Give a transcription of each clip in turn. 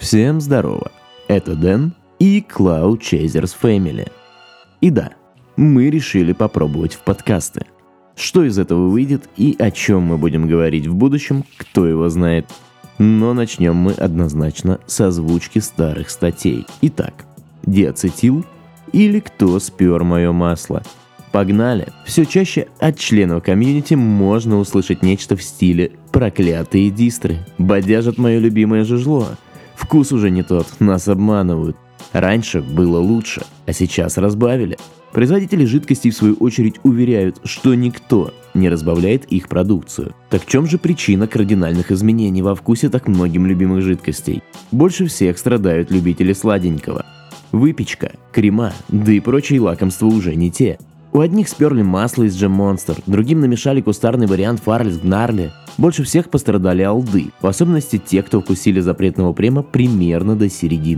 Всем здорово, это Дэн и Cloud Chasers Family. И да, мы решили попробовать в подкасты. Что из этого выйдет и о чем мы будем говорить в будущем, кто его знает. Но начнем мы однозначно с озвучки старых статей. Итак, диацетил или кто спер мое масло? Погнали! Все чаще от членов комьюнити можно услышать нечто в стиле «проклятые дистры», «бодяжат мое любимое жужло», «вкус уже не тот, нас обманывают», «раньше было лучше, а сейчас разбавили». Производители жидкостей в свою очередь уверяют, что никто не разбавляет их продукцию. Так в чем же причина кардинальных изменений во вкусе так многим любимых жидкостей? Больше всех страдают любители сладенького. Выпечка, крема, да и прочие лакомства уже не те. У одних сперли масло из Джем Монстер, другим намешали кустарный вариант Фарлис Гнарли. Больше всех пострадали олды, в особенности те, кто вкусили запретного према примерно до середины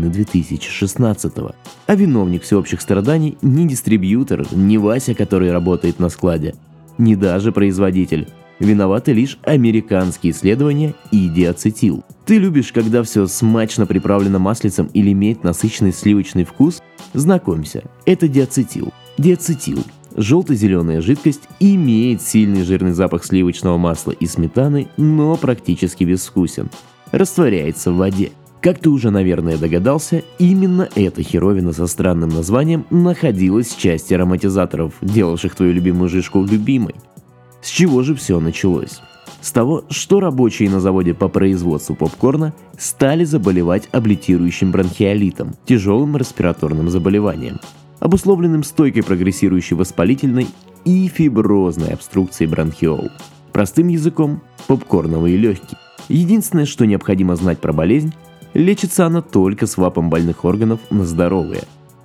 2016-го. А виновник всеобщих страданий не дистрибьютор, не Вася, который работает на складе, не даже производитель. Виноваты лишь американские исследования и диацетил. Ты любишь, когда все смачно приправлено маслицем или имеет насыщенный сливочный вкус? Знакомься, это диацетил. Диацетил. Желто-зеленая жидкость имеет сильный жирный запах сливочного масла и сметаны, но практически безвкусен. Растворяется в воде. Как ты уже, наверное, догадался, именно эта херовина со странным названием находилась в части ароматизаторов, делавших твою любимую жижку любимой. С чего же все началось? С того, что рабочие на заводе по производству попкорна стали заболевать облитирующим бронхиолитом, тяжелым респираторным заболеванием, обусловленным стойкой прогрессирующей воспалительной и фиброзной обструкцией бронхиол. Простым языком – попкорновые легкие. Единственное, что необходимо знать про болезнь – лечится она только свапом больных органов на здоровые.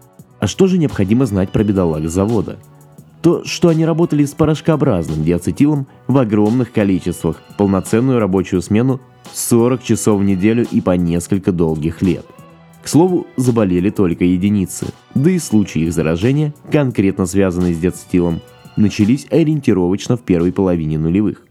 А что же необходимо знать про бедолаг с завода? То, что они работали с порошкообразным диацетилом в огромных количествах, полноценную рабочую смену 40 часов в неделю и по несколько долгих лет. К слову, заболели только единицы, да и случаи их заражения, конкретно связанные с диацетилом, начались ориентировочно в первой половине нулевых.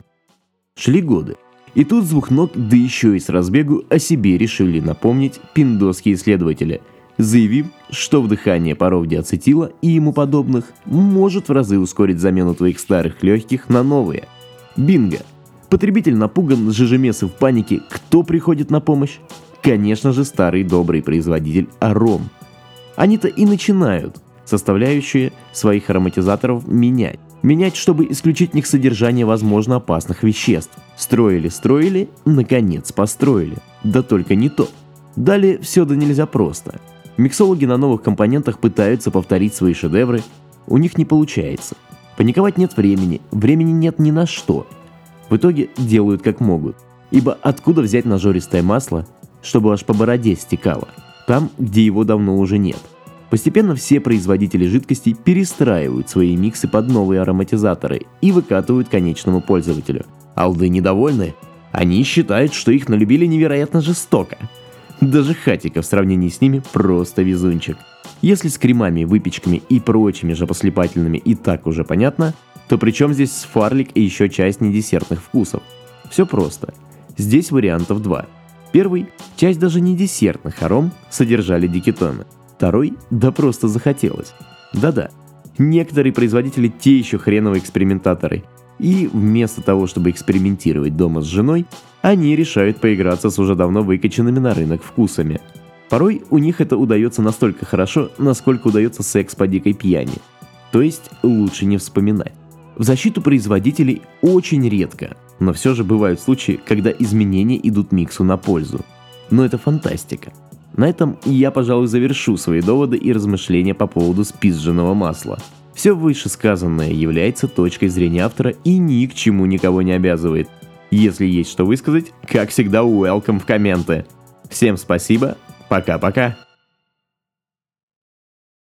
Шли годы, и тут с двух ног, да еще и с разбегу, о себе решили напомнить пиндосские исследователи, заявив, что вдыхание паров диацетила и ему подобных может в разы ускорить замену твоих старых легких на новые. Бинго! Потребитель напуган, жижемесы в панике, кто приходит на помощь? Конечно же, старый добрый производитель аром. Они-то и начинают составляющие своих ароматизаторов менять. Менять, чтобы исключить в них содержание возможно опасных веществ. Строили, наконец построили. Да только не то. Далее все да нельзя просто. Миксологи на новых компонентах пытаются повторить свои шедевры. У них не получается. Паниковать нет времени нет ни на что. В итоге делают как могут. Ибо откуда взять нажористое масло, чтобы аж по бороде стекало, там, где его давно уже нет. Постепенно все производители жидкостей перестраивают свои миксы под новые ароматизаторы и выкатывают конечному пользователю. Алды недовольны. Они считают, что их налюбили невероятно жестоко. Даже Хатико в сравнении с ними просто везунчик. Если с кремами, выпечками и прочими же послепательными и так уже понятно, то при чем здесь сфарлик и еще часть недесертных вкусов? Все просто. Здесь вариантов два. Первый – часть даже не десертных аром содержали дикетоны. Второй – да просто захотелось. Да-да, некоторые производители те еще хреновые экспериментаторы. И вместо того, чтобы экспериментировать дома с женой, они решают поиграться с уже давно выкачанными на рынок вкусами. Порой у них это удается настолько хорошо, насколько удается секс по дикой пьяни. То есть лучше не вспоминать. В защиту производителей очень редко, но все же бывают случаи, когда изменения идут миксу на пользу. Но это фантастика. На этом я, пожалуй, завершу свои доводы и размышления по поводу спизженного масла. Все вышесказанное является точкой зрения автора и ни к чему никого не обязывает. Если есть что высказать, как всегда, welcome в комменты. Всем спасибо, пока-пока.